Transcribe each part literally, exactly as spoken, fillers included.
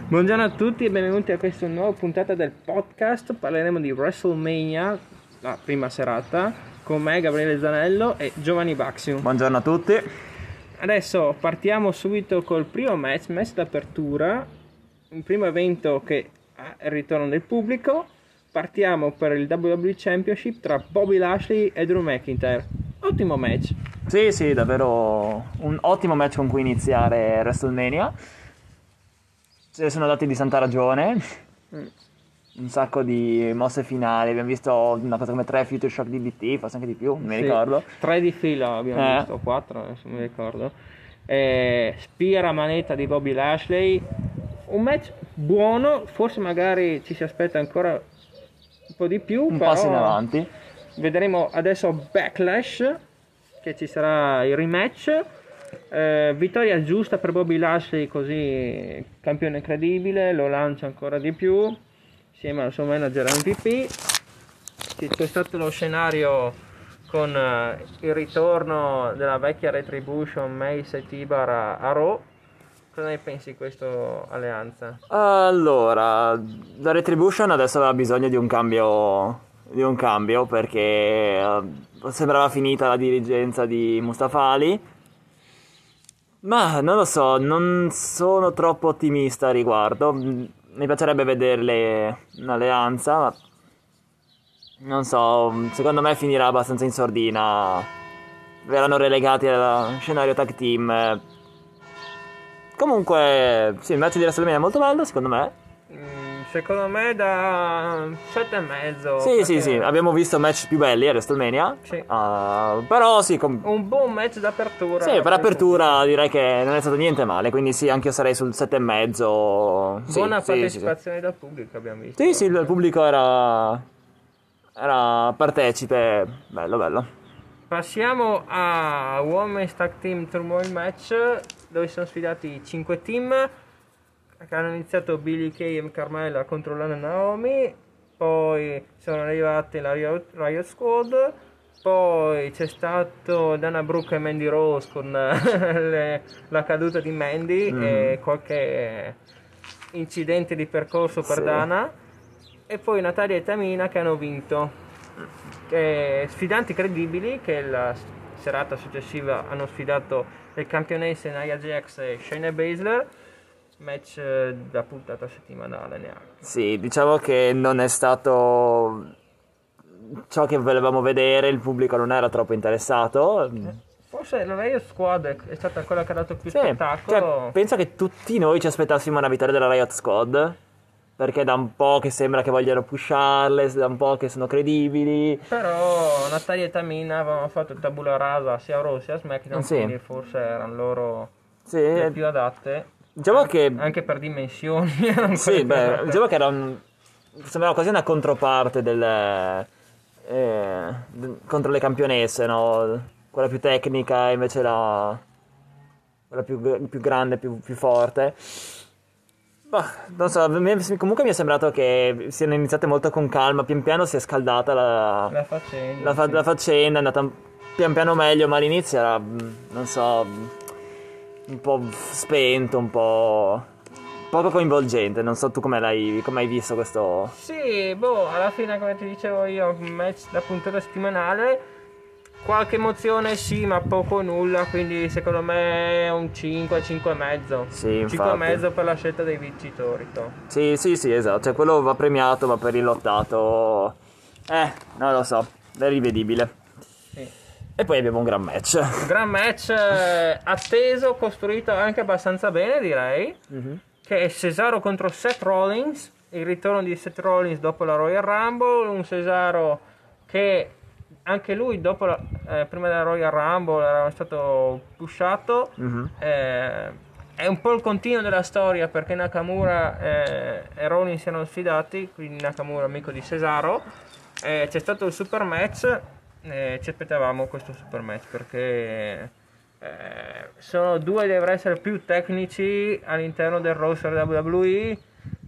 Buongiorno a tutti e benvenuti a questa nuova puntata del podcast. Parleremo di WrestleMania, la prima serata, con me Gabriele Zanello e Giovanni Baxiu. Buongiorno a tutti. Adesso partiamo subito col primo match, match d'apertura, un primo evento che ha il ritorno del pubblico. Partiamo per il W W E Championship tra Bobby Lashley e Drew McIntyre. Ottimo match. Sì, sì, davvero un ottimo match con cui iniziare WrestleMania. Ce ne sono dati di santa ragione. Mm. Un sacco di mosse finali. Abbiamo visto una cosa come tre Future Shock D D T, forse anche di più, non mi sì, ricordo. Tre di fila abbiamo eh. visto, quattro, adesso non mi ricordo. Eh, Spira manetta di Bobby Lashley. Un match buono, forse magari ci si aspetta ancora un po' di più. Un però passo in avanti. Vedremo adesso Backlash, che ci sarà il rematch. Eh, vittoria giusta per Bobby Lashley, così campione credibile, lo lancia ancora di più insieme al suo manager M V P. C'è stato lo scenario con uh, il ritorno della vecchia Retribution, Mace e T-Bar a, a Raw. Cosa ne pensi di questa alleanza? Allora, la Retribution adesso aveva bisogno di un cambio di un cambio perché uh, sembrava finita la dirigenza di Mustafa Ali. Ma non lo so, non sono troppo ottimista a riguardo. Mi piacerebbe vederle in alleanza, ma non so, secondo me finirà abbastanza in sordina. Verranno relegati al scenario tag team. Comunque, sì, il match di WrestleMania è molto bello, secondo me. Mm, secondo me da sette e mezzo. Sì, sì, sì, abbiamo visto match più belli a WrestleMania. Sì. Uh, però sì, com- un buon match d'apertura. Sì, per apertura direi che non è stato niente male, quindi sì, anche io sarei sul sette e mezzo. Buona sì, partecipazione sì, sì. dal pubblico abbiamo visto. Sì, sì, il pubblico era era partecipe, bello, bello. Passiamo a Women's Tag Team Turmoil Match, dove sono sfidati cinque team che hanno iniziato Billie Kay e Carmella contro Lana e Naomi, poi sono arrivate la Riot, Riot Squad, poi c'è stato Dana Brooke e Mandy Rose con le, la caduta di Mandy mm. e qualche incidente di percorso per sì. Dana, e poi Natalia e Tamina che hanno vinto. Eh, sfidanti credibili che la serata successiva hanno sfidato le campionesse Nia Jax e Shayna Baszler. Match da puntata settimanale neanche. Sì, diciamo che non è stato ciò che volevamo vedere, il pubblico non era troppo interessato. Forse la Riot Squad è stata quella che ha dato più sì, spettacolo. Cioè, penso che tutti noi ci aspettassimo una vittoria della Riot Squad, perché da un po' che sembra che vogliano pusharle, da un po' che sono credibili. Però Natalia e Tamina avevano fatto tabula rasa sia a Raw sia a SmackDown, sì. quindi forse erano loro sì. le più adatte. Diciamo che anche per dimensioni. Sì, beh, diciamo che era un, sembrava quasi una controparte del, eh, contro le campionesse, no? Quella più tecnica invece la quella più, più grande, più, più forte. Bah, non so, comunque mi è sembrato che siano iniziate molto con calma, pian piano si è scaldata la, la faccenda, la, sì. la faccenda, è andata pian piano meglio, ma all'inizio era, non so, un po' spento, un po' poco coinvolgente. Non so tu come l'hai come hai visto questo. Sì, boh, alla fine come ti dicevo io, un match da puntata settimanale, qualche emozione sì, ma poco o nulla, quindi secondo me è un cinque, cinque e mezzo. Sì, cinque e mezzo per la scelta dei vincitori, to. Sì, sì, sì, esatto, cioè quello va premiato, ma per il lottato eh, non lo so, è rivedibile. Sì. E poi abbiamo un gran match. Un gran match eh, atteso, costruito anche abbastanza bene, direi. Mm-hmm. Che è Cesaro contro Seth Rollins. Il ritorno di Seth Rollins dopo la Royal Rumble. Un Cesaro che anche lui dopo la, eh, prima della Royal Rumble era stato pushato. Mm-hmm. Eh, è un po' il continuo della storia, perché Nakamura eh, e Rollins si erano sfidati. Quindi Nakamura amico di Cesaro. Eh, c'è stato il super match. Eh, ci aspettavamo questo super match perché eh, sono due dei wrestler più tecnici all'interno del roster W W E,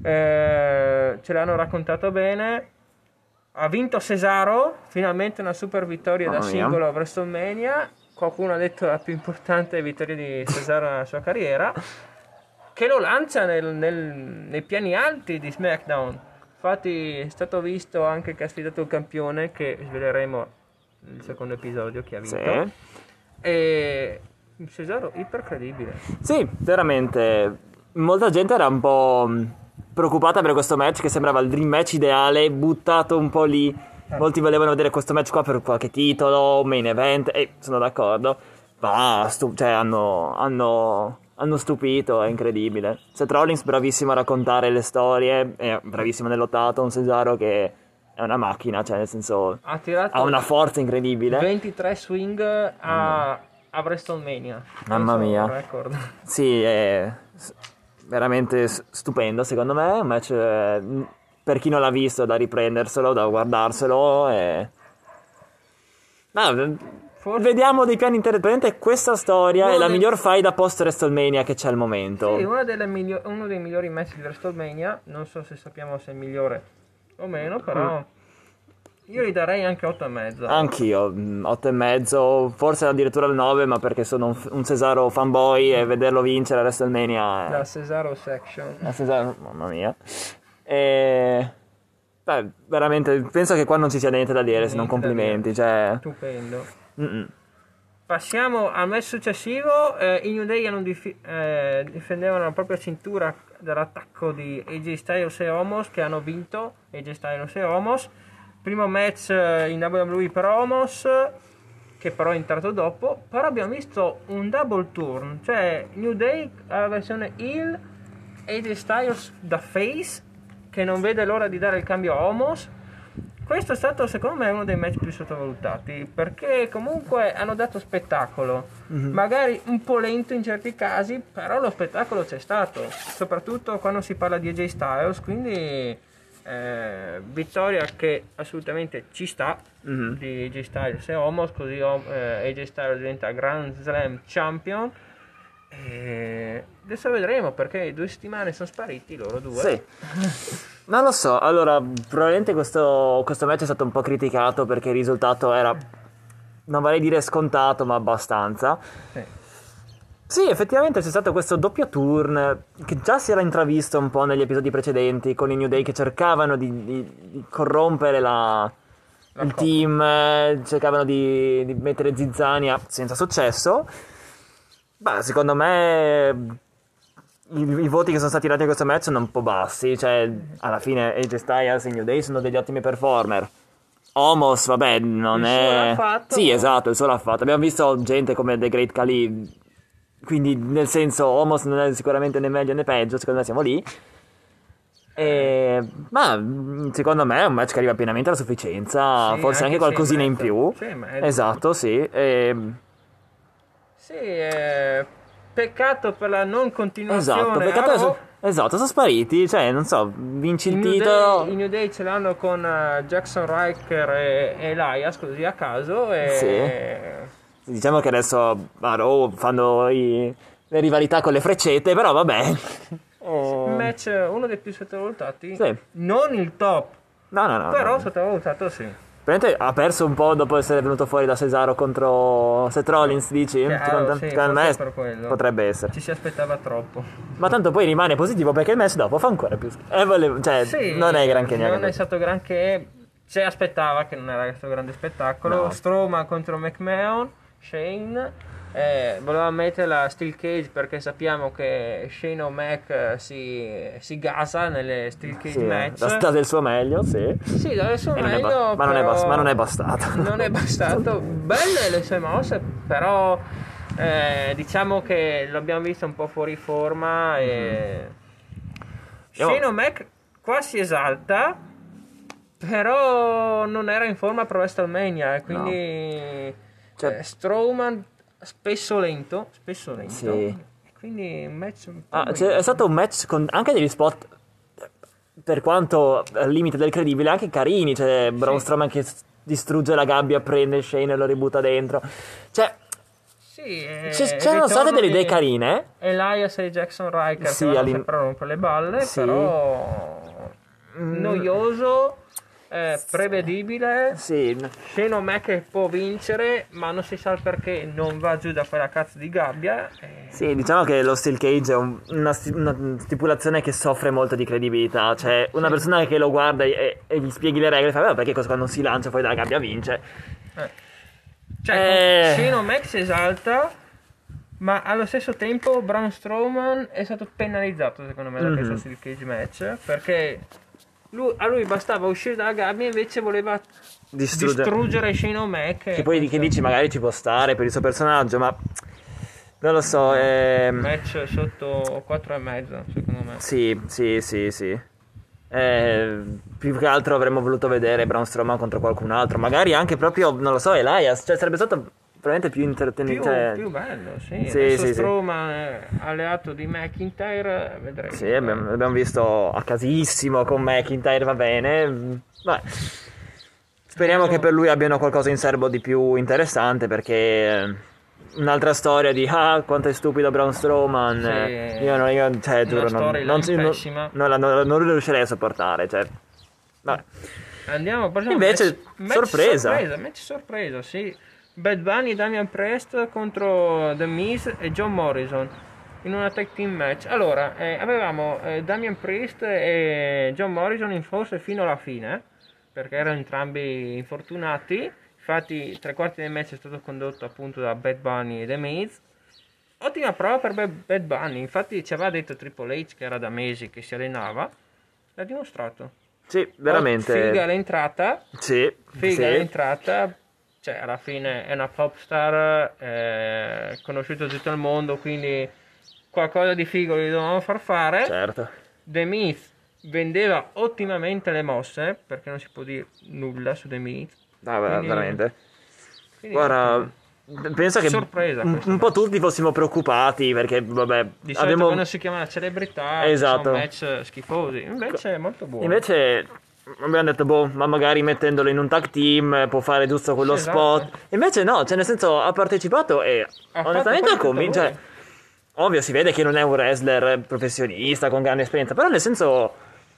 eh, ce l'hanno raccontato bene. Ha vinto Cesaro, finalmente una super vittoria oh, da singolo a WrestleMania. Qualcuno ha detto la più importante vittoria di Cesaro nella sua carriera, che lo lancia nel, nel, nei piani alti di SmackDown. Infatti è stato visto anche che ha sfidato il campione, che sveleremo nel secondo episodio chi ha vinto. Sì. E Cesaro ipercredibile. Sì, veramente. Molta gente era un po' preoccupata per questo match, che sembrava il dream match ideale, buttato un po' lì. Molti volevano vedere questo match qua per qualche titolo, main event, e sono d'accordo. Ma stu- cioè, hanno, hanno, hanno stupito, è incredibile. Seth Rollins bravissimo a raccontare le storie, è bravissimo nell'ottato, un Cesaro che è una macchina, cioè nel senso Ha tirato ha una forza incredibile. ventitré swing a, a WrestleMania. Mamma Questo è mia. un record. Sì, è s- veramente s- stupendo secondo me, un match eh, per chi non l'ha visto da riprenderselo, da guardarselo e... No, Forse- vediamo dei piani interessanti. Questa storia Uno è la dei- miglior faida post WrestleMania che c'è al momento. Sì, una delle miglio- uno dei migliori match di WrestleMania. Non so se sappiamo se è il migliore o meno, però io gli darei anche otto e mezzo. Anch'io, mm, otto e mezzo, forse addirittura il nove, ma perché sono un, f- un Cesaro fanboy e vederlo vincere a WrestleMania è... La Cesaro section. a Cesaro, mamma mia. E... beh, veramente, penso che qua non ci sia niente da dire se non Niente da complimenti, cioè... Stupendo. Mm-mm. Passiamo al match successivo. eh, I New Day hanno difi- eh, difendevano la propria cintura dall'attacco di A J Styles e Omos, che hanno vinto A J Styles e Omos. Primo match eh, in W W E per Omos, che però è entrato dopo. Però abbiamo visto un double turn, cioè New Day alla versione heel, A J Styles da face, che non vede l'ora di dare il cambio a Omos. Questo è stato secondo me uno dei match più sottovalutati, perché comunque hanno dato spettacolo, magari un po' lento in certi casi, però lo spettacolo c'è stato, soprattutto quando si parla di A J Styles, quindi eh, vittoria che assolutamente ci sta Mhm. di A J Styles e Omos, così oh, eh, A J Styles diventa Grand Slam Champion. E adesso vedremo, perché due settimane sono spariti loro due. Sì. Non lo so, allora, probabilmente questo, questo match è stato un po' criticato perché il risultato era, non vorrei dire scontato, ma abbastanza. Sì. Sì, effettivamente c'è stato questo doppio turn che già si era intravisto un po' negli episodi precedenti, con i New Day che cercavano di, di- di corrompere la, La il coppia. team, eh, cercavano di, di mettere zizzania senza successo. Beh, secondo me i, i voti che sono stati dati in questo match sono un po' bassi, cioè alla fine A J Styles e New Day sono degli ottimi performer. Omos, vabbè, non Il è... suo l'ha fatto. Sì, esatto, il suo l'ha fatto. Abbiamo visto gente come The Great Khali, quindi nel senso Omos non è sicuramente né meglio né peggio, secondo me siamo lì. E... ma mm, secondo me è un match che arriva pienamente alla sufficienza, Sì, forse anche, anche qualcosina sì, in mezzo. più. Sì, mezzo. Esatto, sì. E... Sì, eh, peccato per la non continuazione. esatto, peccato a è- Raw. esatto, sono spariti, cioè non so, vinci I il New, titolo. Day, I New Day ce l'hanno con eh, Jackson Riker e, e Elias, così a caso. E... Diciamo che adesso a Raw fanno i- le rivalità con le freccette, però vabbè. Un Eh, match, uno dei più sottovalutati. Sì. Non il top, No, no, no. però no. sottovalutato sì. Probabilmente ha perso un po' dopo essere venuto fuori da Cesaro contro Seth Rollins, dici? Chiaro, sì, Secondo forse me per quello. potrebbe essere. Ci si aspettava troppo. Ma tanto poi rimane positivo perché il match dopo fa ancora più schifo. Eh, volevo- cioè, Sì, non è granché non neanche. è stato granché. Si aspettava che non era questo grande spettacolo. No. Strowman contro McMahon, Shane. Eh, voleva mettere la Steel Cage perché sappiamo che Shane O'Mac si, si gasa nelle Steel Cage Sì, match. la sta del suo meglio, sì. Sì, dà il suo E non è meglio, ba- ma, non è però bas- ma non è bastato. Non è bastato. Belle le sue mosse, però eh, diciamo che l'abbiamo visto un po' fuori forma e Io- Shane O'Mac qua si esalta, però non era in forma per WrestleMania e quindi Cioè- eh, Strowman spesso lento, spesso lento. Sì. E quindi un match un po' Ah, brutto. c'è- è stato un match con anche degli spot, per quanto al limite del credibile, anche carini. C'è Braun Sì. Strowman che s- distrugge la gabbia, prende Shane e lo ributta dentro. Cioè, Sì, eh, c- il c'erano state ritorno delle idee di carine. Elias e Jackson Riker Sì, che vanno all'in- sempre a rompere le balle, Sì. però Mm. noioso è prevedibile. Sì. Shane O'Mac può vincere, ma non si sa il perché non va giù da quella cazzo di gabbia. E... Sì, diciamo che lo Steel Cage è un- una, sti- una stipulazione che soffre molto di credibilità. Cioè, una Sì. persona che lo guarda e, e gli spieghi le regole fa, "Vabbè, perché questo qua non si lancia fuori dalla gabbia vince?" Eh. Cioè, Eh. Shane O'Mac si esalta, ma allo stesso tempo Braun Strowman è stato penalizzato, secondo me, da Mhm. questo Steel Cage match, perché lui- a lui bastava uscire dalla gabbia, invece voleva Distrugge- distruggere Shane O'Mac. Che poi che dici magari ci può stare per il suo personaggio, ma non lo so. ehm, Match sotto quattro e mezzo, secondo me. Sì, sì, sì, sì. Eh, più che altro avremmo voluto vedere Braun Strowman contro qualcun altro, magari anche proprio, non lo so, Elias, cioè sarebbe stato veramente più Più, intrattenente. più bello, sì. Sì, Adesso sì, sì. Strowman è alleato di McIntyre, vedremo. Sì, abbiamo, l'abbiamo visto a casissimo con McIntyre, va bene. Vabbè. Speriamo che per lui abbiano qualcosa in serbo di più interessante, perché eh, un'altra storia di ah quanto è stupido Braun Strowman. Sì. eh, io non, io, cioè, Una giuro, non, storyline non, ci- non, pessima. non la- non- non riuscirei a sopportare. Cioè. Vabbè. Andiamo al prossimo Invece, match, sorpresa. match sorpresa, match sorpresa, sì. Bad Bunny e Damian Priest contro The Miz e John Morrison in una tag team match. Allora, eh, avevamo eh, Damian Priest e John Morrison in forse fino alla fine, perché erano entrambi infortunati. Infatti, tre quarti del match è stato condotto appunto da Bad Bunny e The Miz. Ottima prova per Bad Bad Bunny, infatti ci aveva detto Triple H che era da mesi che si allenava, l'ha dimostrato. Sì, veramente. Figa l'entrata, Sì, figa sì. l'entrata, cioè alla fine è una pop star, è conosciuto tutto il mondo, quindi qualcosa di figo gli dovevamo far fare. Certo. The Miz vendeva ottimamente le mosse, perché non si può dire nulla su The Miz. Ah, beh, Quindi- veramente. quindi Guarda, penso che sorpresa un, questo un po' tutti fossimo preoccupati perché, vabbè, di solito abbiamo... quando si chiama la celebrità Esatto. sono match schifosi, invece è molto buono. Invece abbiamo detto, boh, ma magari mettendolo in un tag team eh, può fare giusto quello Sì, spot. esatto. Invece no, cioè nel senso ha partecipato e Ha onestamente fatto ha quello che convinto. ha Cioè, ovvio si vede che non è un wrestler professionista con grande esperienza, però nel senso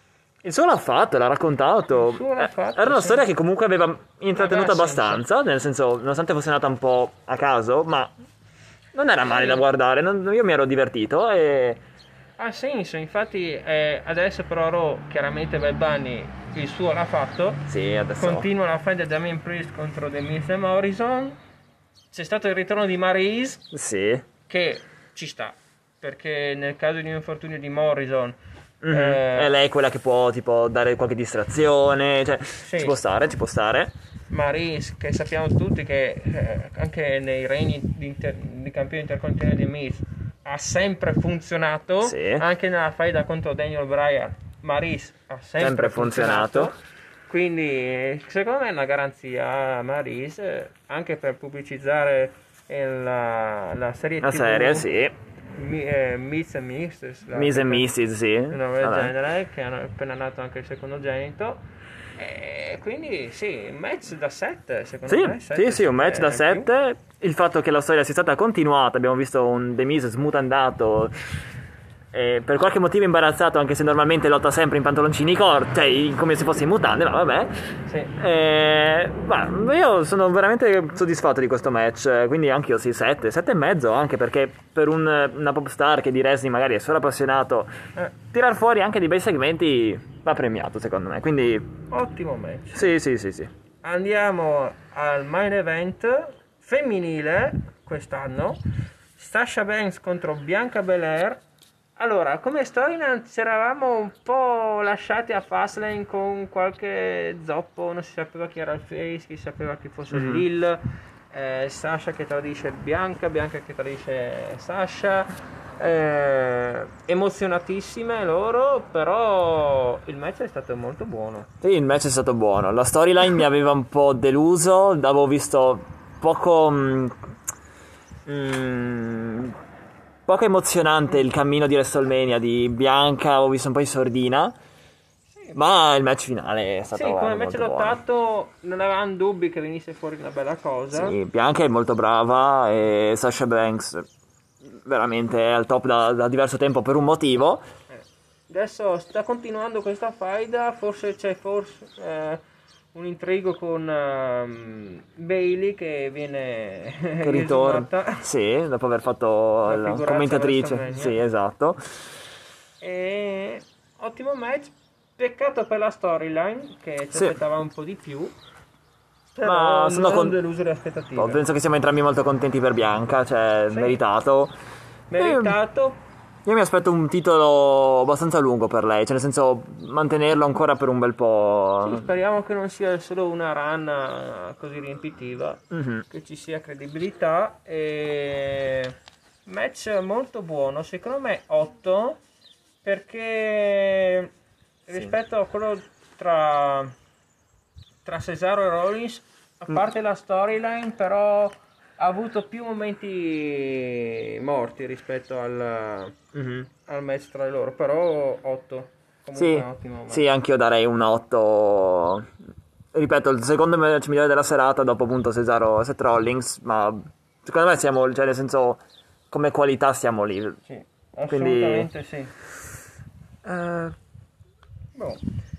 il suo l'ha fatto, l'ha raccontato. Il suo l'ha Eh, fatto, Era una sì. storia che comunque aveva intrattenuto Aveva senso. abbastanza, nel senso, nonostante fosse nata un po' a caso, ma non era male da guardare, non- io mi ero divertito e... Ha senso, infatti eh, adesso però Raw, chiaramente Bad Bunny il suo l'ha fatto, Sì, adesso... continua la fight di Damian Priest contro The Miz e Morrison, c'è stato il ritorno di Maryse Sì. che ci sta, perché nel caso di un infortunio di Morrison Mhm. eh, È lei quella che può tipo dare qualche distrazione, cioè ci può stare, ci può stare. Maryse, che sappiamo tutti che eh, anche nei regni di, inter- di campione intercontinentale di Miz ha sempre funzionato, Sì. anche nella faida contro Daniel Bryan Maryse ha sempre, Sempre funzionato. funzionato. Quindi eh, secondo me è una garanzia Maryse, eh, anche per pubblicizzare il- la, la serie La tivù, serie, sì. Mi, eh, Miz e Misses la- Miss e missus, sì. un nome del Vabbè. genere, che hanno appena nato anche il secondogenito. E quindi sì, un match da sette secondo Sì, me. sì, sì, un match da sette. Il fatto che la storia sia stata continuata, abbiamo visto un The Miz smutandato, eh, per qualche motivo imbarazzato, anche se normalmente lotta sempre in pantaloncini corti, cioè in- come se fosse in mutande, ma vabbè. Sì. Eh, ma io sono veramente soddisfatto di questo match, eh, quindi anche io sì, sette, sette e mezzo, anche perché per un- una pop star che di wrestling magari è solo appassionato, Eh, tirar fuori anche dei bei segmenti va premiato secondo me, quindi ottimo match. sì, sì, sì, sì. Andiamo al main event femminile quest'anno. Sasha Banks contro Bianca Belair. Allora, come storyline ci eravamo un po' lasciati a Fastlane con qualche zoppo, non si sapeva chi era il face, chi sapeva chi fosse il heel, eh, Sasha che tradisce Bianca, Bianca che tradisce Sasha, eh, emozionatissime loro, però il match è stato molto buono. Sì, il match è stato buono. La storyline mi aveva un po' deluso. Avevo visto poco. mm, mm, poco emozionante il cammino di WrestleMania di Bianca. Avevo visto un po' in sordina. Ma il match finale è stato Sì, come veramente match molto buono. lottato non avevamo dubbi che venisse fuori una bella cosa. Sì, Bianca è molto brava e Sasha Banks veramente è al top da, da diverso tempo per un motivo. Adesso sta continuando questa faida, forse c'è forse eh, un intrigo con um, Bailey che viene che ritorna, sì, dopo aver fatto la commentatrice, sì, esatto. E ottimo match, peccato per la storyline che ci sì. aspettava un po' di più, però ma sono non con... deluso le aspettative. Penso che siamo entrambi molto contenti per Bianca, cioè sì. meritato meritato e... Io mi aspetto un titolo abbastanza lungo per lei, cioè nel senso mantenerlo ancora per un bel po'. Sì, speriamo che non sia solo una run così riempitiva, mm-hmm. che ci sia credibilità. E... match molto buono, secondo me otto, perché sì. rispetto a quello tra, tra Cesaro e Rollins, a parte mm. la storyline, però ha avuto più momenti morti rispetto al, mm-hmm. al match tra loro, però otto. Sì, ottimo, sì, anch'io darei un otto. Ripeto, il secondo match migliore della serata dopo appunto Cesaro e Seth Rollins, ma secondo me siamo, cioè nel senso, come qualità siamo lì. Sì, assolutamente. Quindi... sì. Eh... Boh.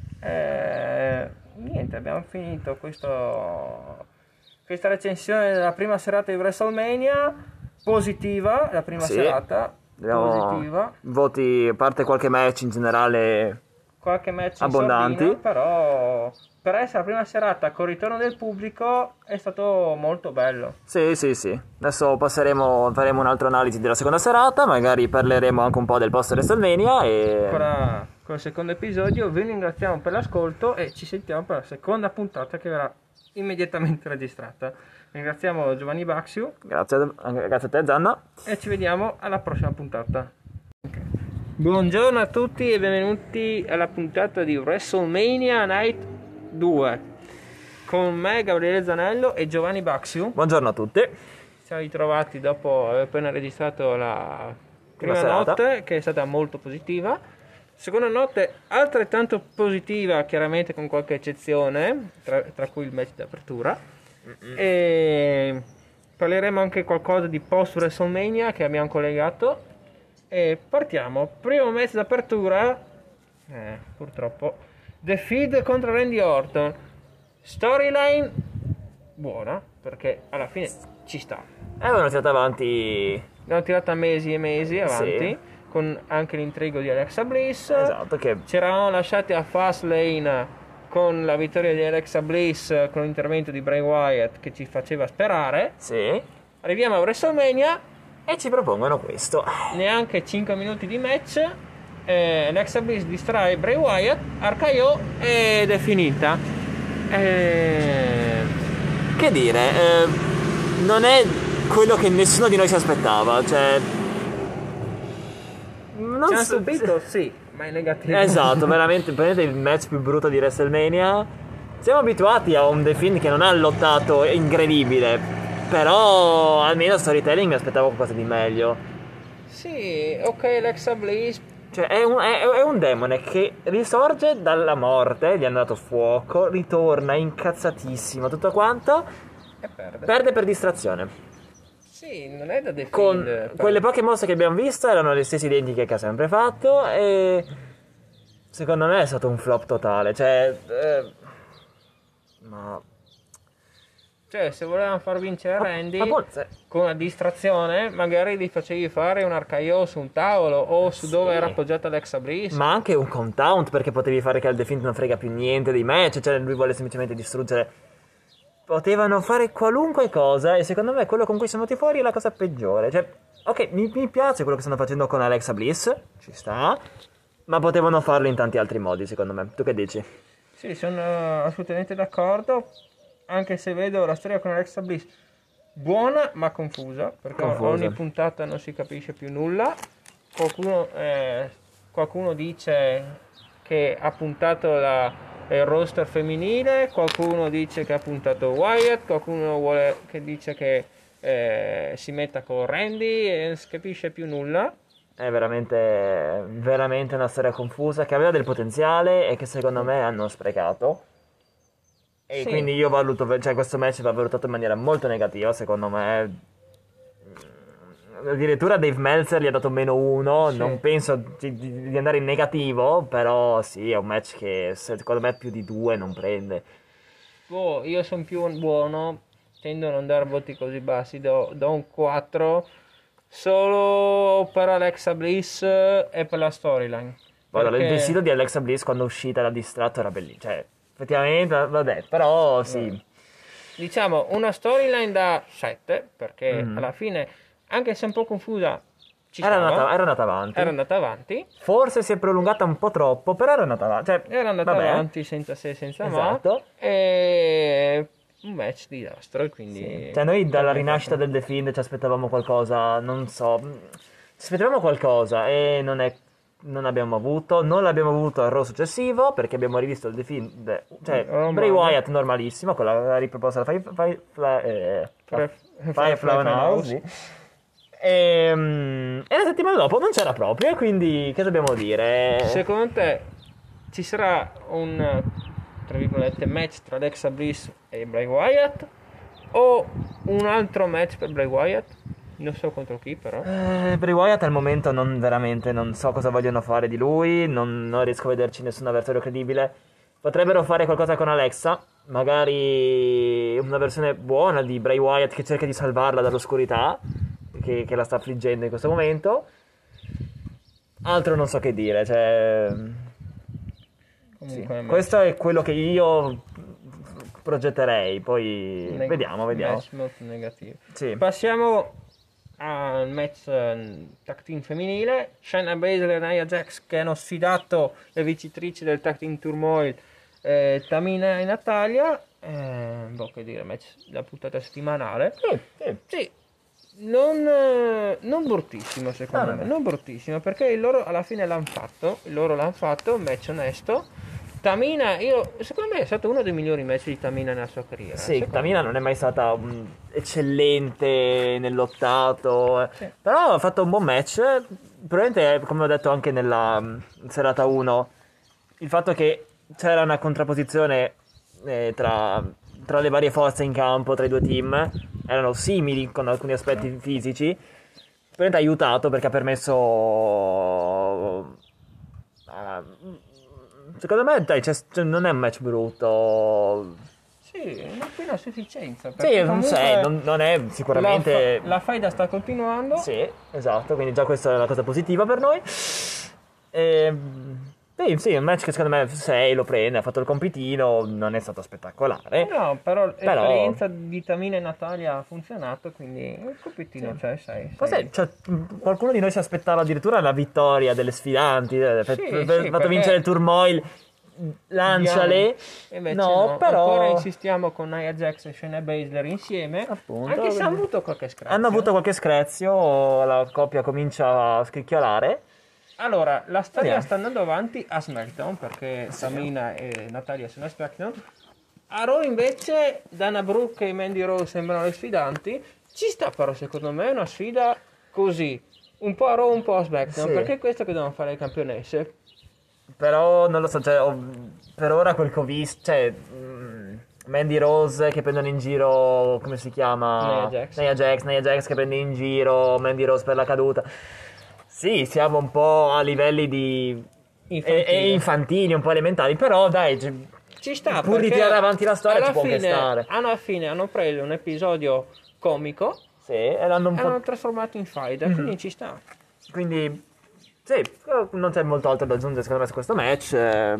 Eh, niente, abbiamo finito questo... questa recensione della prima serata di WrestleMania, positiva, la prima sì, serata, positiva. Voti, a parte qualche match in generale, qualche match abbondanti, sordina, però per essere la prima serata con ritorno del pubblico è stato molto bello. Sì, sì, sì. Adesso passeremo, faremo un'altra analisi della seconda serata, magari parleremo anche un po' del post WrestleMania e... ancora con il secondo episodio. Vi ringraziamo per l'ascolto e ci sentiamo per la seconda puntata che verrà immediatamente registrata. Ringraziamo Giovanni Baxiu. Grazie, grazie a te Zanna. E ci vediamo alla prossima puntata. Okay. Buongiorno a tutti e benvenuti alla puntata di WrestleMania Night due con me Gabriele Zanello e Giovanni Baxiu. Buongiorno a tutti. Siamo ritrovati dopo aver appena registrato la prima notte, che è stata molto positiva. Seconda notte altrettanto positiva, chiaramente con qualche eccezione, tra, tra cui il match d'apertura. Mm-hmm. E parleremo anche qualcosa di post WrestleMania che abbiamo collegato. E partiamo. Primo match d'apertura, eh, purtroppo, The Fiend contro Randy Orton. Storyline buona, perché alla fine ci sta. E avevano tirato avanti. L'hanno tirata mesi e mesi avanti. Sì. Con anche l'intrigo di Alexa Bliss. Esatto, che... ci eravamo lasciati a Fastlane con la vittoria di Alexa Bliss con l'intervento di Bray Wyatt che ci faceva sperare. Sì. Arriviamo a WrestleMania e ci propongono questo. Neanche cinque minuti di match. eh, Alexa Bliss distrae Bray Wyatt, R K O ed è finita. eh... Che dire, eh, non è quello che nessuno di noi si aspettava, cioè... Non ci hanno so... subito, sì, ma è negativo. Esatto, veramente, prendete il match più brutto di WrestleMania. Siamo abituati a un The Fiend che non ha lottato incredibile, però almeno storytelling mi aspettavo qualcosa di meglio. Sì, ok, Alexa Bliss. Cioè è un, è, è un demone che risorge dalla morte, gli hanno dato fuoco, ritorna incazzatissimo, tutto quanto, e perde. Perde per distrazione. Sì, non è da The Fiend. Con per... quelle poche mosse che abbiamo visto erano le stesse identiche che ha sempre fatto e secondo me è stato un flop totale, cioè eh, ma cioè se volevano far vincere Randy ma, ma se... con una distrazione magari gli facevi fare un R K O su un tavolo o su sì. dove era appoggiata Alexa Bliss, ma anche un count out, perché potevi fare che al The Fiend non frega più niente dei match, cioè lui vuole semplicemente distruggere. Potevano fare qualunque cosa e secondo me quello con cui siamo andati fuori è la cosa peggiore. Cioè, ok, mi, mi piace quello che stanno facendo con Alexa Bliss, ci sta, ma potevano farlo in tanti altri modi secondo me. Tu che dici? Sì, sono assolutamente d'accordo, anche se vedo la storia con Alexa Bliss buona ma confusa, perché confusa. Ogni puntata non si capisce più nulla. Qualcuno, eh, qualcuno dice che ha puntato la... il roster femminile, qualcuno dice che ha puntato Wyatt, qualcuno vuole che dice che eh, si metta con Randy e non si capisce più nulla. È veramente veramente una storia confusa che aveva del potenziale e che secondo me hanno sprecato. E sì. Quindi io valuto, cioè questo match va valutato in maniera molto negativa, secondo me. Addirittura Dave Meltzer gli ha dato meno uno, sì. Non penso di, di, di andare in negativo, però sì, è un match che secondo me più di due non prende. boh, io sono più buono, tendo a non dare voti così bassi, do, do un quattro solo per Alexa Bliss e per la storyline. Guarda, Perché- il vestito di Alexa Bliss quando è uscita da distratto era bellissimo. Cioè, effettivamente, vabbè, però sì. Diciamo una storyline da sette, perché Mhm. alla fine, anche se un po' confusa, ci Era stava, andata, era andata avanti. era andata avanti, Forse si è prolungata un po' troppo, però era andata avanti. Cioè, era andata vabbè. avanti senza se, senza Esatto. ma, e un match di disastro, e quindi... Sì. Cioè, noi dalla rinascita del The Fiend ci aspettavamo qualcosa, non so, ci aspettavamo qualcosa e non è, non abbiamo avuto, non l'abbiamo avuto al Raw successivo perché abbiamo rivisto il The Fiend, cioè Romano. Bray Wyatt normalissimo con la riproposta della Fire, Fire, Fire, eh, Fire- Fire- Fire- Flower Fire House, sì. E, mm, e la settimana dopo non c'era proprio, e quindi che dobbiamo dire? Secondo te ci sarà un, tra virgolette, match tra Alexa Bliss e Bray Wyatt, o un altro match per Bray Wyatt? Non so contro chi, però. Eh, Bray Wyatt al momento non veramente, non so cosa vogliono fare di lui, non, non riesco a vederci nessun avversario credibile. Potrebbero fare qualcosa con Alexa, magari una versione buona di Bray Wyatt che cerca di salvarla dall'oscurità, che, che la sta affliggendo in questo momento. Altro non so che dire, cioè... Sì. Comunque, match- Questo è quello che io progetterei, poi neg- vediamo, vediamo. match molto negativo. Sì. Passiamo al match eh, tag team femminile. Shayna Baszler e Nia Jax, che hanno sfidato le vincitrici del tag team turmoil, eh, Tamina e Natalia. Eh, boh, che dire, match da puntata settimanale. Sì, sì. Sì, non, eh, non bruttissimo secondo No, me, no. non bruttissimo, perché il loro alla fine l'hanno fatto, il loro l'hanno fatto, un match onesto. Tamina, io, secondo me è stato uno dei migliori match di Tamina nella sua carriera. Sì, secondo Tamina me. non è mai stata um, eccellente nell'ottato, eh. Sì. Però ha fatto un buon match. Probabilmente, come ho detto anche nella um, serata uno, il fatto che c'era una contrapposizione eh, tra, tra le varie forze in campo, tra i due team, erano simili con alcuni aspetti fisici, probabilmente ha aiutato perché ha permesso... uh, secondo me, dai, c'è- c'è- non è un match brutto. Sì, una piena sufficienza. Sì, perché non, comunque sei, non, non è la, sicuramente... fa- la faida sta continuando. Sì, esatto, quindi già questa è una cosa positiva per noi. Ehm, sì, sì, un match che secondo me sei lo prende, ha fatto il compitino, non è stato spettacolare. No, però, Però- l'esperienza di Tamina e Natalia ha funzionato, quindi il compitino c'è, sai. Cos'è? sai. Cioè, qualcuno di noi si aspettava addirittura la vittoria delle sfidanti, eh, per, Sì, per- sì, per- fatto perché- vincere il turmoil, lanciale. E invece No, no, però... ancora insistiamo con Nia Jax e Shayna Baszler insieme, Appunto, anche se quindi- hanno avuto qualche scrazio. Hanno avuto qualche screzio, la coppia comincia a scricchiolare. Allora, la storia Vediamo. sta andando avanti a SmackDown, perché Tamina e Natalia sono a SmackDown. A Raw invece Dana Brooke e Mandy Rose sembrano le sfidanti. Ci sta però secondo me una sfida così, un po' a Raw, un po' a SmackDown, Sì. perché è questo che devono fare le campionesse. Però non lo so, cioè, ho- per ora quel che ho visto, cioè, mm, Mandy Rose che prendono in giro, come si chiama? Nia Jax. Nia Jax, Nia Jax che prende in giro Mandy Rose per la caduta. Sì, siamo un po' a livelli di... Infantile. E, e infantili, un po' elementari, però dai, cioè, Ci sta, pur di perché tirare avanti la storia alla ci può anche fine, stare. alla fine hanno preso un episodio comico Sì, e l'hanno un e po'... l'hanno trasformato in faida, quindi ci sta. Quindi, sì, non c'è molto altro da aggiungere secondo me su questo match. eh.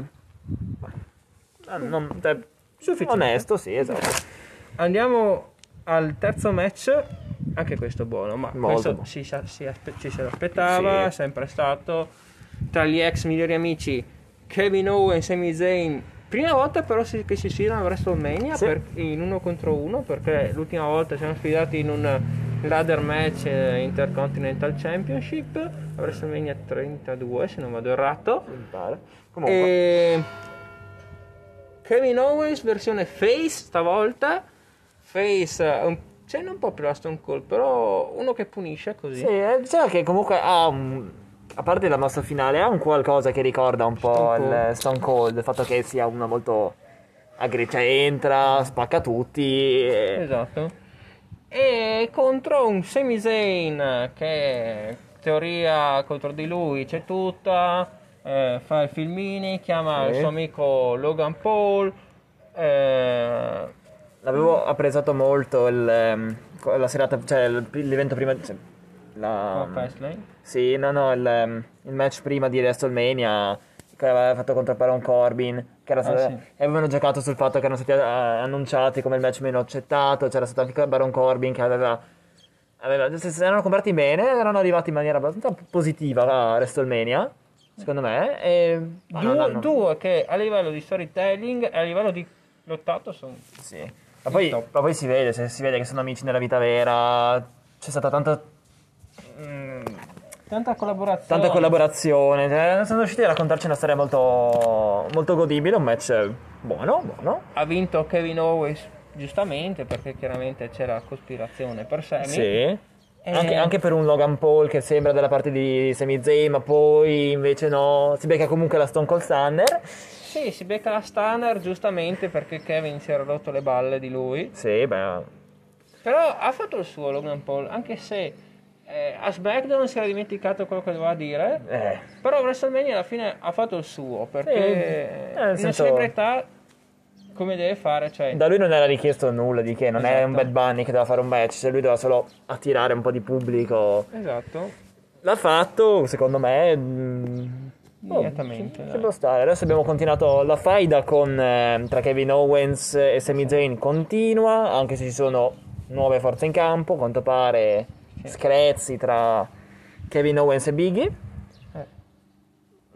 Ah, non- cioè, Sufficiente. onesto, sì, esatto. Andiamo al terzo match, anche questo buono, ma Molto questo buono. si, sa- si aspe- ci si aspettava, Sì. sempre stato tra gli ex migliori amici Kevin Owens e Sami Zayn. Prima volta però si- che si sfidano a WrestleMania Sì. per- in uno contro uno, perché l'ultima volta siamo sfidati in un ladder match eh, Intercontinental Championship a WrestleMania trentadue, se non vado errato. Mi pare. Comunque, E... Kevin Owens versione face stavolta. Face, eh, un... cioè non proprio la Stone Cold, però uno che punisce così. sì, eh, diciamo che comunque ha un... A parte la mossa finale, ha un qualcosa che ricorda un po' Stone Cold. il Stone Cold, il fatto che sia uno molto aggre- cioè entra, spacca tutti. E... Esatto. E contro un Sami Zayn che teoria contro di lui c'è tutta, eh, fa i filmini, chiama Sì. il suo amico Logan Paul, Eh, L'avevo apprezzato molto il, ehm, la serata, cioè il- l'evento prima, cioè, la, oh, Fastlane. sì, no, no, il, ehm, il match prima di WrestleMania che aveva fatto contro Baron Corbin, che era stato, Ah, sì. e avevano giocato sul fatto che erano stati eh, annunciati come il match meno accettato, c'era stato anche Baron Corbin che aveva, aveva se si erano comportati bene, erano arrivati in maniera abbastanza positiva a WrestleMania, secondo me, e ma non Due, hanno- due che a livello di storytelling e a livello di lottato sono... sì. Ma poi, Top. ma poi si vede, se si vede che sono amici nella vita vera, c'è stata tanta, mm, Tanta collaborazione. tanta collaborazione, cioè, sono riusciti a raccontarci una storia molto, molto godibile, un match buono, buono. Ha vinto Kevin Owens, giustamente, perché chiaramente c'era cospirazione per Sami. Sì. E- Anche, anche per un Logan Paul che sembra dalla parte di Sami Zayn, ma poi invece no, si becca comunque la Stone Cold Stunner. Sì, si becca la Stunner, giustamente, perché Kevin si era rotto le balle di lui. Sì, beh, Però ha fatto il suo Logan Paul, anche se eh, a SmackDown si era dimenticato quello che doveva dire. eh, Però WrestleMania alla fine ha fatto il suo, perché Sì, eh, nel una senso- celebrità come deve fare, cioè... da lui non era richiesto nulla di che, non è Esatto. un Bad Bunny che doveva fare un match, cioè lui doveva solo attirare un po' di pubblico. Esatto, L'ha fatto, secondo me. mm, oh, immediatamente. ci- dai. ci può stare. Adesso abbiamo continuato la faida con, eh, tra Kevin Owens e Sami Zayn continua, anche se ci sono nuove forze in campo, a quanto pare Sì. screzi tra Kevin Owens e Biggie. Eh,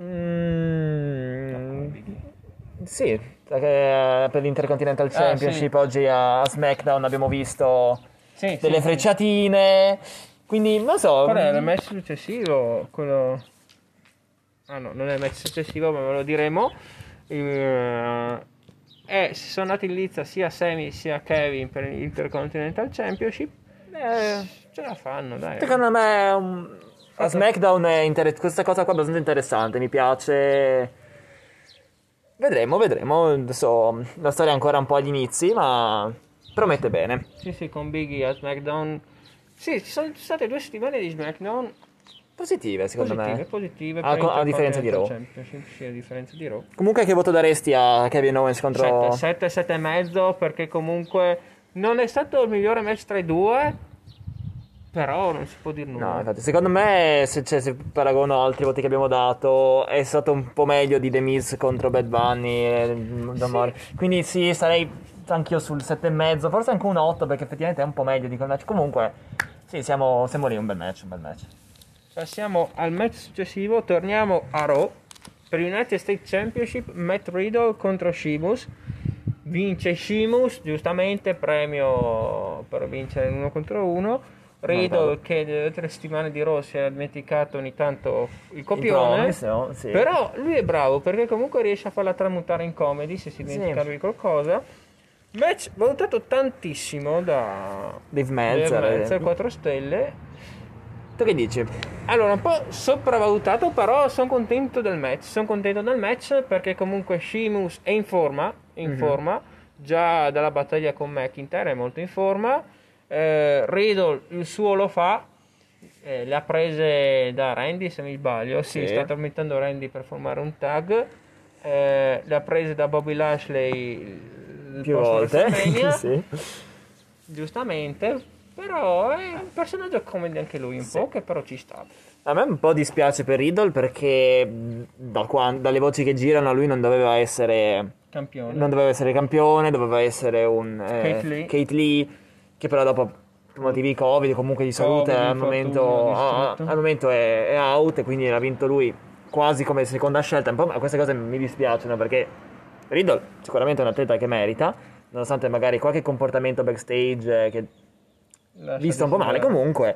Mm, sì, perché per l'Intercontinental Ah, Championship sì. oggi a, a SmackDown abbiamo visto sì, delle sì, sì. frecciatine, quindi non so. Qual è il match successivo? Quello... Ah no, non è il match successivo, ma ve lo diremo. Eh, eh, si sono andati in lizza sia Sami sia Kevin per l'Intercontinental Championship. Eh, Ce la fanno, dai. Secondo me um, a SmackDown è inter- questa cosa qua è abbastanza interessante, mi piace. Vedremo, vedremo. Adesso la storia è ancora un po' agli inizi, ma promette bene. Sì, sì, con Biggie a SmackDown. Sì, ci sono state due settimane di SmackDown Positive, secondo positive, me. positive. Ah, per co- a differenza di Raw. Intercontinental Championship, sì, a differenza di Raw. Comunque che voto daresti a Kevin Owens contro... sette, sette e mezzo, perché comunque non è stato il migliore match tra i due, però non si può dire nulla. No, infatti, secondo me, se, cioè, se paragono altri voti che abbiamo dato, è stato un po' meglio di The Miz contro Bad Bunny e Don Mori. Quindi sì, sarei anch'io sul sette e mezzo, forse anche un otto, perché effettivamente è un po' meglio di quel match. Comunque, sì, siamo, siamo lì, un bel match, un bel match. Passiamo al match successivo, torniamo a Raw. Per United States Championship, Matt Riddle contro Sheamus. Vince Sheamus, giustamente, premio per vincere uno contro uno. Riddle, che nelle tre settimane di Raw si è dimenticato ogni tanto il copione. Promise, no? Sì. Però lui è bravo, perché comunque riesce a farla tramutare in comedy se si dimentica Sì. lui qualcosa. Match valutato tantissimo da Dave Meltzer. Dave Meltzer, quattro stelle. Tu che dici? Allora, un po' sopravvalutato, però sono contento del match. Sono contento del match perché comunque Sheamus è in forma, in Mhm. forma, già dalla battaglia con McIntyre è molto in forma. Eh, Riddle il suo lo fa, eh, le ha prese da Randy se mi sbaglio, sì, Sì. sta tormentando Randy per formare un tag. Eh, le ha prese da Bobby Lashley il Più post volte. WrestleMania, Sì. giustamente, però è un personaggio comedy anche lui un Sì. po', che però ci sta. A me un po' dispiace per Riddle perché mh, da quan- dalle voci che girano lui non doveva essere Campione. non doveva essere campione, doveva essere un eh, Kate Lee. Kate Lee, che però dopo per motivi Covid, comunque di salute, Covid, al momento, infortunio, ah, distrutto. al momento è, è out e quindi l'ha vinto lui quasi come seconda scelta. Un po', ma queste cose mi dispiacciono perché Riddle sicuramente è un atleta che merita, nonostante magari qualche comportamento backstage eh, che Lascia visto un po' male desiderare. comunque.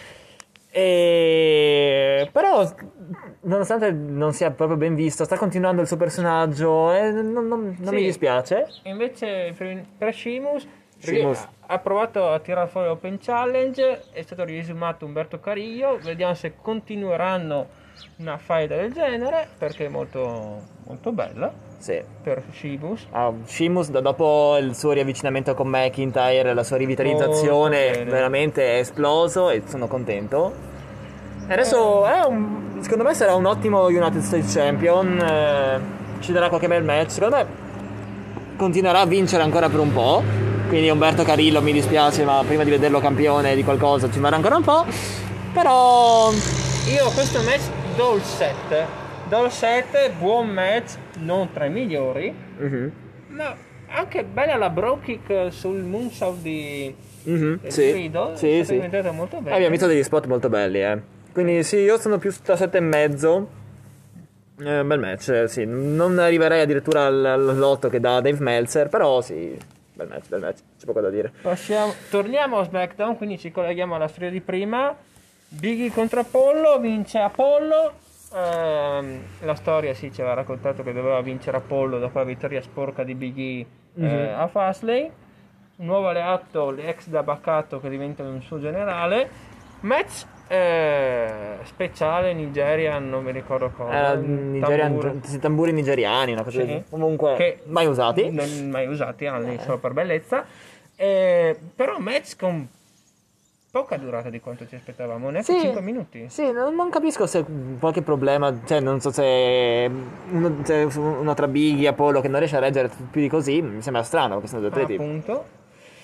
E... però nonostante non sia proprio ben visto sta continuando il suo personaggio e non, non- non Sì. mi dispiace. Invece per, per Sheamus, Sheamus. ha provato a tirare fuori l'Open Challenge, è stato riesumato Umberto Carillo, vediamo se continueranno una faida del genere, perché è molto, molto bella Sì. per Sheamus. Ah, Sheamus da- dopo il suo riavvicinamento con McIntyre, la sua rivitalizzazione Molto bene. veramente è esploso e sono contento. E adesso è un- secondo me sarà un ottimo United States Champion, eh, ci darà qualche bel match. Secondo me continuerà a vincere ancora per un po'. Quindi Umberto Carrillo mi dispiace, ma prima di vederlo campione di qualcosa ci vorrà ancora un po'. Però io questo match do il sette. Do il sette, buon match, non tra i migliori. Uh-huh. Ma anche bella la bro kick sul moonsault di uh-huh. di sì. Riddle. Sì, è sì. diventata molto bella. Eh, abbiamo visto degli spot molto belli, eh. Quindi sì, io sono più da sette e mezzo. Eh, bel match, eh, sì. Non arriverei addirittura all'otto che dà Dave Meltzer, però sì. Bel match, bel match, c'è poco da dire. Passiamo, torniamo a SmackDown, quindi ci colleghiamo alla storia di prima. Biggie contro Apollo, vince Apollo. Ehm, la storia sì, ci aveva raccontato che doveva vincere Apollo dopo la vittoria sporca di Biggie mm-hmm. eh, a Fastlane. Un nuovo alleato, l'ex da Baccato che diventa un suo generale. Match eh, speciale Nigerian, non mi ricordo cosa. Eh, Nigerian, tamburo. tamburi nigeriani, una cosa sì. così. Comunque che mai usati. Non mai usati, anni eh. solo per bellezza. Eh, però match con poca durata di quanto ci aspettavamo, neanche sì, cinque minuti. Sì, non, non capisco se qualche problema, cioè non so se uno, se uno tra Biggie e Apollo che non riesce a reggere più di così, mi sembra strano perché sono due atleti. Appunto.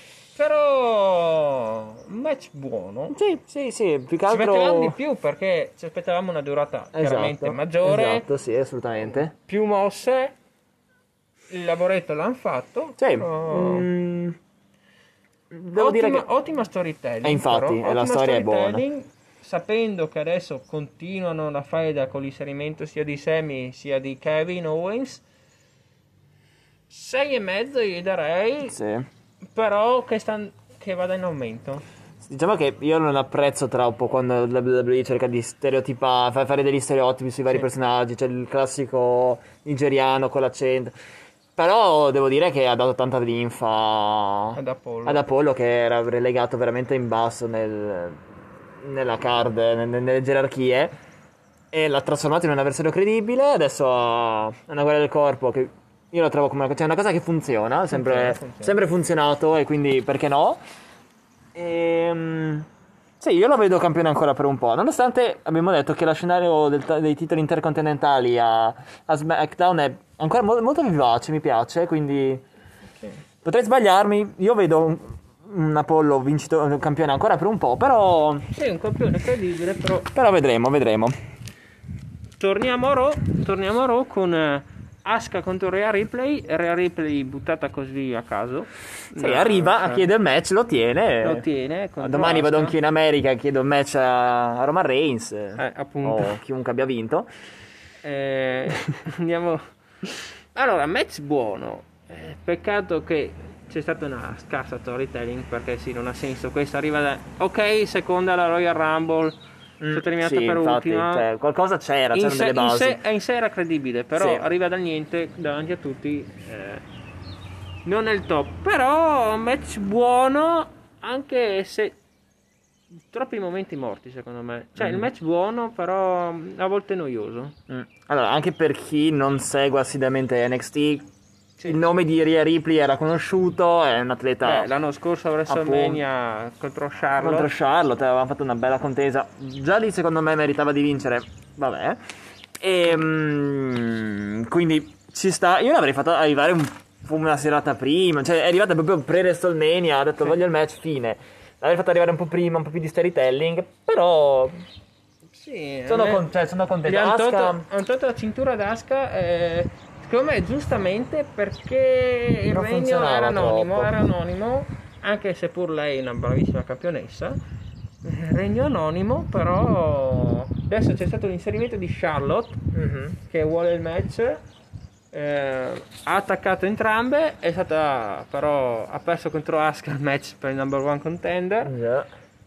Però un match buono. Sì, sì, sì, più che altro ci aspettavamo di più perché ci aspettavamo una durata esatto, chiaramente maggiore. Esatto, sì, assolutamente. Più mosse. Il lavoretto l'hanno fatto. Sì. Però... Mm, devo ottima, dire che ottima storytelling. E infatti, però, la storia è buona. Sapendo che adesso continuano la faida con l'inserimento sia di Sami sia di Kevin Owens, sei e mezzo gli darei. Sì. Però che, sta, che vada in aumento. Diciamo che io non apprezzo troppo quando la W W E cerca di stereotipare, fare degli stereotipi sui vari sì. personaggi. C'è il classico nigeriano con l'accento. Però devo dire che ha dato tanta linfa ad Apollo, ad Apollo che era relegato veramente in basso nel, nella card, nelle, nelle gerarchie. E l'ha trasformato in un avversario credibile. Adesso ha una guerra del corpo che io lo trovo come una, cioè una cosa che funziona, sempre, funziona, funziona. sempre funzionato e quindi perché no? E, sì, io lo vedo campione ancora per un po', nonostante abbiamo detto che lo scenario del, dei titoli intercontinentali a, a SmackDown è ancora mo- molto vivace, mi piace, quindi sì. Potrei sbagliarmi, io vedo un, un Apollo vincitore, campione ancora per un po', però... Sì, un campione credibile, però... Però vedremo, vedremo. Torniamo a Raw, torniamo a Raw con... Asuka contro Rhea Ripley, Rhea Ripley buttata così a caso. Sì, no, arriva, cioè, chiede il match, lo tiene. Lo tiene. Domani vado anch'io in America e chiedo il match a Roman Reigns. Eh, appunto. O chiunque abbia vinto. Eh, andiamo. Allora, match buono. Eh, peccato che c'è stata una scarsa storytelling perché sì, non ha senso. Questa arriva da... Ok, seconda la Royal Rumble. Mm, è terminata sì, per infatti, ultima, cioè, qualcosa c'era, c'erano se, delle basi. In sé, in sé era credibile, però sì. arriva dal niente davanti a tutti, eh, non è il top, però un match buono, anche se troppi momenti morti secondo me, cioè mm. il match buono però a volte noioso. Mm. Allora, anche per chi non segue assiduamente N X T, sì. il nome di Rhea Ripley era conosciuto, è un atleta... Beh, l'anno scorso a WrestleMania contro Charlotte. Contro Charlotte avevamo fatto una bella contesa. Già lì secondo me meritava di vincere. Vabbè. E mm, quindi ci sta. Io l'avrei fatto arrivare un, una serata prima. Cioè è arrivata proprio pre-WrestleMania. Ha detto sì. voglio il match, fine. L'avrei fatto arrivare un po' prima, un po' più di storytelling. Però... Sì, sono, me... con, cioè, sono contento. Hanno Asuka... tolto, tolto la cintura d'Asuka. Eh... Secondo me giustamente perché il non regno era anonimo, troppo. era anonimo, anche se pur lei è una bravissima campionessa. Regno anonimo, però adesso c'è stato l'inserimento di Charlotte mm-hmm. che vuole il match, eh, ha attaccato entrambe, è stata però ha perso contro Asuka il match per il number one contender. Yeah.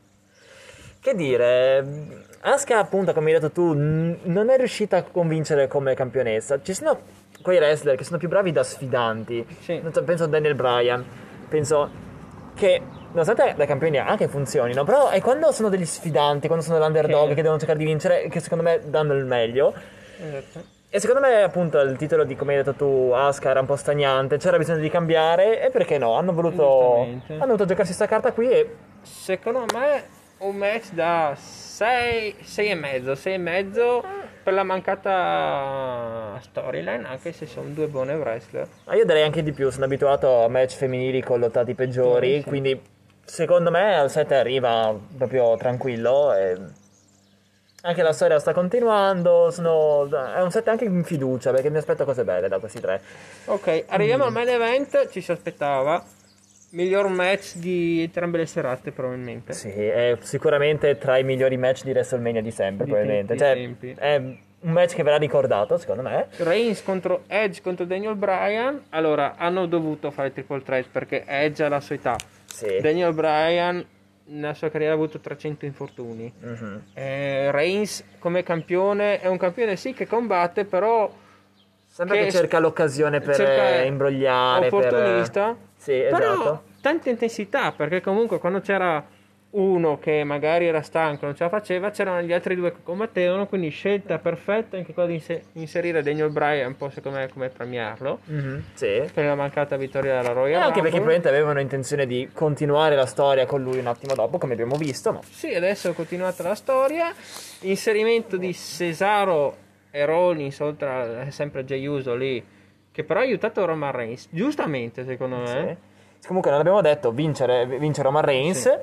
Che dire, Asuka appunto come hai detto tu n- non è riuscita a convincere come campionessa. Ci sono quei wrestler che sono più bravi da sfidanti, sì. penso a Daniel Bryan, penso che nonostante le campioni anche funzionino, però è quando sono degli sfidanti, quando sono l'underdog che, che devono cercare di vincere, che secondo me danno il meglio. Esatto. E secondo me appunto il titolo di come hai detto tu Asuka era un po' stagnante, c'era bisogno di cambiare e perché no, hanno voluto hanno voluto giocarsi sta carta qui e secondo me un match da sei, sei e mezzo, sei e mezzo per la mancata storyline, anche se sono due buone wrestler. Ma io darei anche di più, sono abituato a match femminili con lottati peggiori, Sì, sì. quindi secondo me al sette arriva proprio tranquillo e anche la storia sta continuando, sono... è un set anche in fiducia perché mi aspetto cose belle da questi tre. Ok, arriviamo al main event, ci si aspettava miglior match di entrambe le serate probabilmente. Sì, è sicuramente tra i migliori match di WrestleMania di sempre, Di probabilmente. tempi, Cioè, tempi. è un match che verrà ricordato, secondo me. Reigns contro Edge contro Daniel Bryan. Allora, hanno dovuto fare triple threat perché Edge ha la sua età. Sì. Daniel Bryan nella sua carriera ha avuto trecento infortuni. Mm-hmm. Eh, Reigns come campione è un campione sì che combatte, però Sembra che, che cerca l'occasione per cerca imbrogliare, opportunista. Per... Sì, però esatto. Tanta intensità, perché comunque quando c'era uno che magari era stanco, non ce la faceva, c'erano gli altri due che combattevano, quindi scelta perfetta anche quella di inser- inserire Daniel Bryan, un po' secondo me come premiarlo, Mm-hmm. Sì. per la mancata vittoria della Royal E anche Rumble. perché probabilmente avevano intenzione di continuare la storia con lui un attimo dopo, come abbiamo visto, ma... Sì, adesso è continuata la storia, inserimento di Cesaro e Rollins, oltre a sempre Jey Uso lì, che però ha aiutato Roman Reigns, giustamente secondo me. Sì. Comunque non abbiamo detto vincere, vincere Roman Reigns, Sì.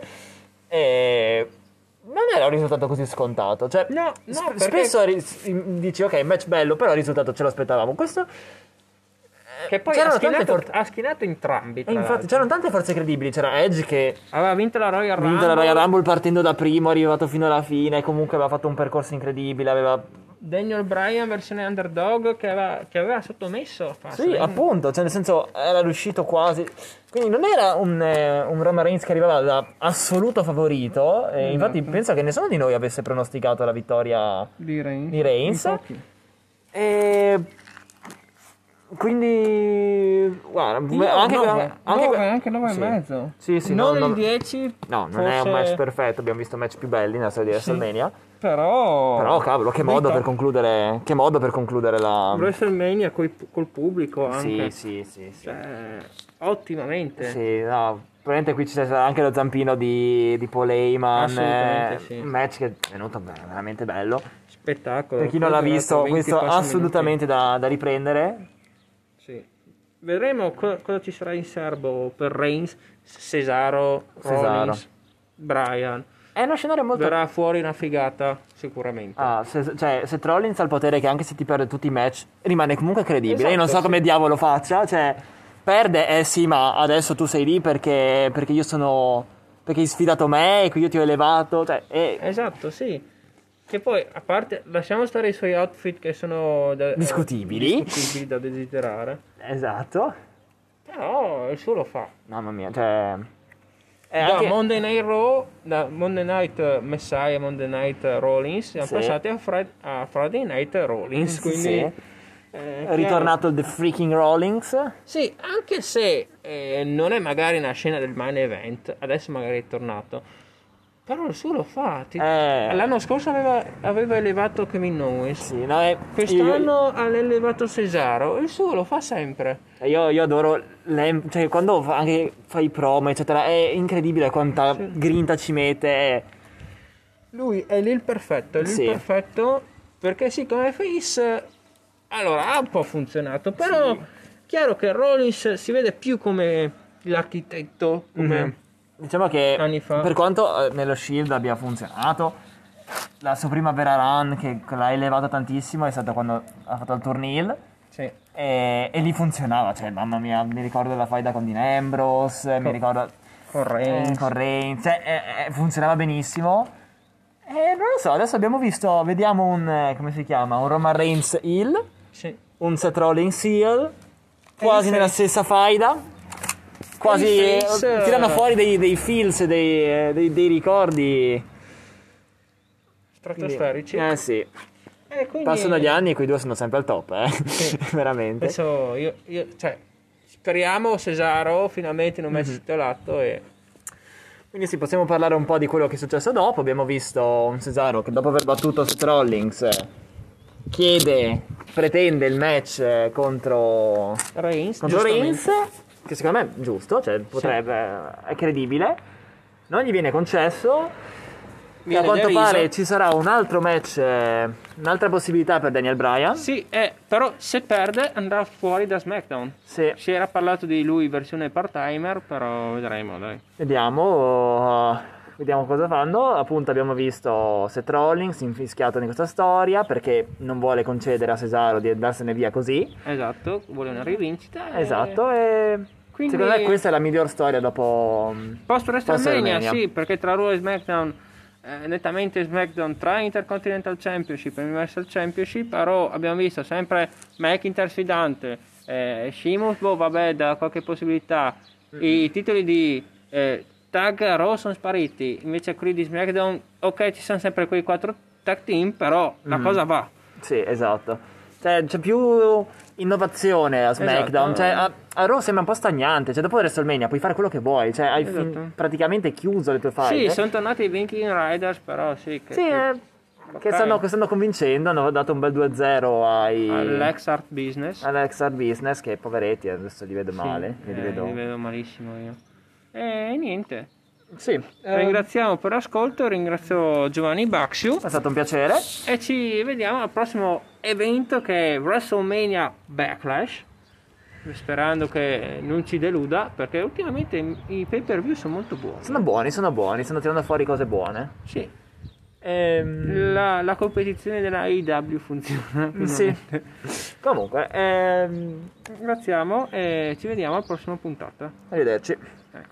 E non era un risultato così scontato, cioè No, no, sp- perché- spesso ri- dici ok, match bello, però il risultato ce lo aspettavamo. Questo Che poi ha c'erano tante schinato, for- ha schinato entrambi, e tra infatti l'altro. c'erano tante forze credibili, c'era Edge che Aveva vinto la Royal ha Rumble. vinto la Royal Rumble partendo da primo, è arrivato fino alla fine, comunque aveva fatto un percorso incredibile, aveva Daniel Bryan versione underdog che aveva, che aveva sottomesso Sì, Fastlane. appunto, cioè nel senso era riuscito quasi. Quindi non era un, eh, un Roman Reigns che arrivava da assoluto favorito. E infatti penso che nessuno di noi avesse pronosticato la vittoria di Reigns. di Reigns. Infatti. E quindi guarda, Io anche, nove, anche, nove, anche nove sì. e mezzo. Sì, sì, non no, il no, dieci. no, non è un forse- match perfetto, abbiamo visto match più belli nella storia di Sì. WrestleMania. Però Però cavolo, che modo Verità. per concludere che modo per concludere la WrestleMania coi- col pubblico anche. Sì, sì, sì, sì. Cioè, ottimamente. Sì, no, probabilmente qui ci sarà anche lo zampino di, di Paul Heyman. Assolutamente eh, sì. Un match che è venuto beh, veramente bello. Spettacolo. Per chi non l'ha Poi è visto, durato questo venti assolutamente da, da riprendere. minuti. Sì. Vedremo co- cosa ci sarà in serbo per Reigns, Cesaro, Cesaro. Rollins, Bryan. È uno scenario molto... Verrà fuori una figata sicuramente. Ah, se, cioè, se Rollins ha il potere che anche se ti perde tutti i match rimane comunque credibile. Esatto, Io non so sì. come diavolo faccia, cioè perde, eh sì, ma adesso tu sei lì perché, perché io sono... perché hai sfidato me e io ti ho elevato, cioè... È... Esatto, sì. Che poi, a parte, lasciamo stare i suoi outfit che sono da- Discutibili. eh, discutibili da desiderare. Esatto. Però il suo lo fa. Mamma mia, cioè... È Da anche... Monday Night Raw, da Monday Night Messiah, Monday Night Rollins, siamo Sì. passati a, Fri- a Friday Night Rollins. Quindi, Sì. eh, È ritornato il The Freaking Rollins. Sì, anche se eh, non è magari una scena del main event, adesso magari è tornato. Però il suo lo fa. Ti- Eh. L'anno scorso aveva, aveva elevato Kevin Owens. Sì, no, è... Quest'anno ha elevato Cesaro. Il suo lo fa sempre. Io, io adoro lei, cioè quando fa, anche fa i promo eccetera, è incredibile quanta Sì. grinta ci mette. È... Lui è lì il perfetto. È lì Sì. il perfetto. Perché sì, come face. Allora, ha un po' funzionato. Però, Sì. chiaro che Rollins si vede più come l'architetto. Come. Mhm. Diciamo che Anni fa. per quanto eh, nello Shield abbia funzionato, la sua prima vera run che l'ha elevata tantissimo è stata quando ha fatto il turn heel. Sì. E, e lì funzionava, cioè mamma mia, mi ricordo la faida con Dean Ambrose, mi Con- ricordo Con eh, Reigns. con Reigns, cioè, eh, eh, funzionava benissimo. E non lo so, adesso abbiamo visto, vediamo un, eh, come si chiama, un Roman Reigns heel, Sì. un Seth Rollins heel, quasi il nella face. stessa faida, quasi E il eh, face, tirano eh, fuori dei, dei feels, dei, eh, dei, dei ricordi. Stratosferici. Eh sì, E quindi- passano gli anni e quei due sono sempre al top, eh, Sì. veramente. Adesso io, io- cioè, speriamo Cesaro finalmente in un Mhm. match titolato e Quindi sì, possiamo parlare un po' di quello che è successo dopo. Abbiamo visto un Cesaro che dopo aver battuto Seth Rollins eh, chiede, pretende il match eh, contro, Reigns, contro giustamente. Reigns, che secondo me è giusto, cioè potrebbe, è credibile. Non gli viene concesso viene a quanto deriso. pare ci sarà un altro match, eh, un'altra possibilità per Daniel Bryan. Sì, eh, però se perde andrà fuori da SmackDown. Sì. Si era parlato di lui versione part-timer, però vedremo, dai. Vediamo, uh, vediamo cosa fanno. Appunto abbiamo visto Seth Rollins infischiato in questa storia perché non vuole concedere a Cesaro di andarsene via così. Esatto, vuole una rivincita. E... Esatto, e Quindi... secondo me questa è la miglior storia dopo Post WrestleMania, WrestleMania. sì, perché tra Raw e SmackDown, eh, nettamente SmackDown tra Intercontinental Championship e Universal Championship, a Raw abbiamo visto sempre McIntyre sfidante, eh, Sheamus, boh, vabbè, da qualche possibilità, mm-hmm. I titoli di eh, tag Raw sono spariti, invece quelli di SmackDown, ok, ci sono sempre quei quattro tag team, però mm-hmm. la cosa va. Sì, esatto. Cioè, c'è più innovazione a SmackDown, esatto. Cioè, a, a Raw sembra un po' stagnante, cioè dopo WrestleMania puoi fare quello che vuoi, cioè hai Esatto. fin- praticamente chiuso le tue fight. Sì, eh? sono tornati i Viking Riders, però sì, che, Sì, che... eh, Okay. che, stanno, che stanno convincendo, hanno dato un bel due a zero ai all'X Art Business. all'X Art Business, che poveretti, adesso li vedo male. Sì, li, eh, vedo... li vedo malissimo io. E niente. Sì, eh, Ringraziamo per l'ascolto, ringrazio Giovanni Baxio è stato un piacere. e ci vediamo al prossimo evento che è WrestleMania Backlash, sperando che non ci deluda perché ultimamente i pay per view sono molto buoni. Sono buoni, sono buoni, stanno tirando fuori cose buone. Sì. Ehm... La, la competizione della A E W funziona. Sì. Comunque, ehm... Ringraziamo e ci vediamo alla prossima puntata. arrivederci.